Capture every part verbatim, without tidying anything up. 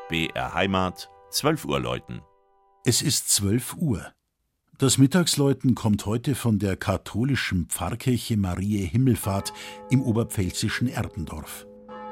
B R Heimat, zwölf Uhr läuten. Es ist zwölf Uhr. Das Mittagsläuten kommt heute von der katholischen Pfarrkirche Mariä Himmelfahrt im oberpfälzischen Erbendorf.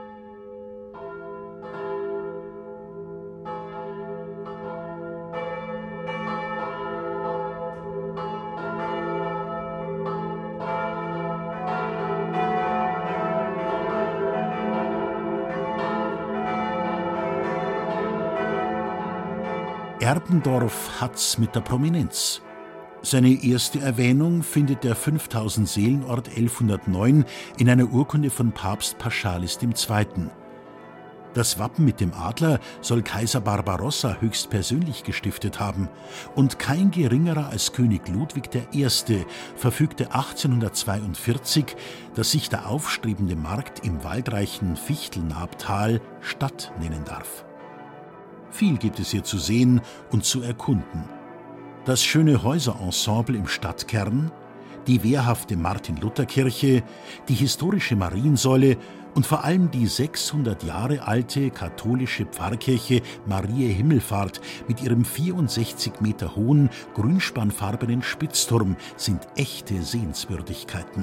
Erbendorf hat's mit der Prominenz. Seine erste Erwähnung findet der fünftausend Seelen-Ort elfhundertneun in einer Urkunde von Papst Paschalis der Zweite. Das Wappen mit dem Adler soll Kaiser Barbarossa höchstpersönlich gestiftet haben, und kein geringerer als König Ludwig der Erste verfügte achtzehnhundertzweiundvierzig, dass sich der aufstrebende Markt im waldreichen Fichtelnabtal Stadt nennen darf. Viel gibt es hier zu sehen und zu erkunden. Das schöne Häuserensemble im Stadtkern, die wehrhafte Martin-Luther-Kirche, die historische Mariensäule und vor allem die sechshundert Jahre alte katholische Pfarrkirche Mariä Himmelfahrt mit ihrem vierundsechzig Meter hohen, grünspannfarbenen Spitzturm sind echte Sehenswürdigkeiten.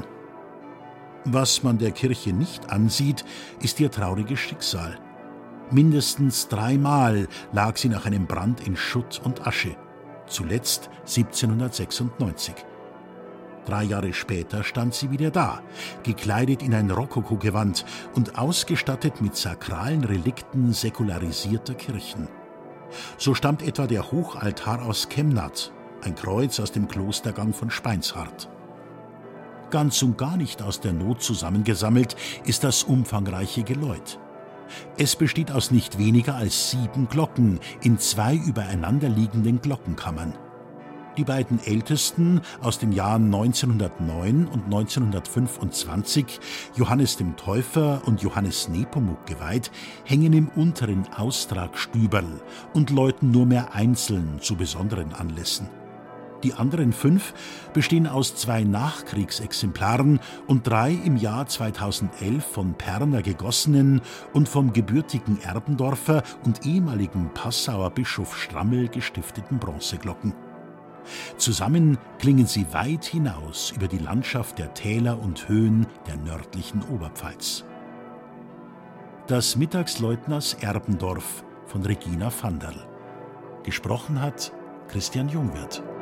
Was man der Kirche nicht ansieht, ist ihr trauriges Schicksal. Mindestens dreimal lag sie nach einem Brand in Schutt und Asche, zuletzt siebzehnhundertsechsundneunzig. Drei Jahre später stand sie wieder da, gekleidet in ein Rokokogewand und ausgestattet mit sakralen Relikten säkularisierter Kirchen. So stammt etwa der Hochaltar aus Kemnath, ein Kreuz aus dem Klostergang von Speinshardt. Ganz und gar nicht aus der Not zusammengesammelt ist das umfangreiche Geläut. Es besteht aus nicht weniger als sieben Glocken in zwei übereinanderliegenden Glockenkammern. Die beiden ältesten, aus den Jahren neunzehnhundertneun und neunzehnhundertfünfundzwanzig, Johannes dem Täufer und Johannes Nepomuk geweiht, hängen im unteren Austragstüberl und läuten nur mehr einzeln zu besonderen Anlässen. Die anderen fünf bestehen aus zwei Nachkriegsexemplaren und drei im Jahr zweitausendelf von Perner gegossenen und vom gebürtigen Erbendorfer und ehemaligen Passauer Bischof Strammel gestifteten Bronzeglocken. Zusammen klingen sie weit hinaus über die Landschaft der Täler und Höhen der nördlichen Oberpfalz. Das Mittagsläuten aus Erbendorf von Regina Vanderl. Gesprochen hat Christian Jungwirth.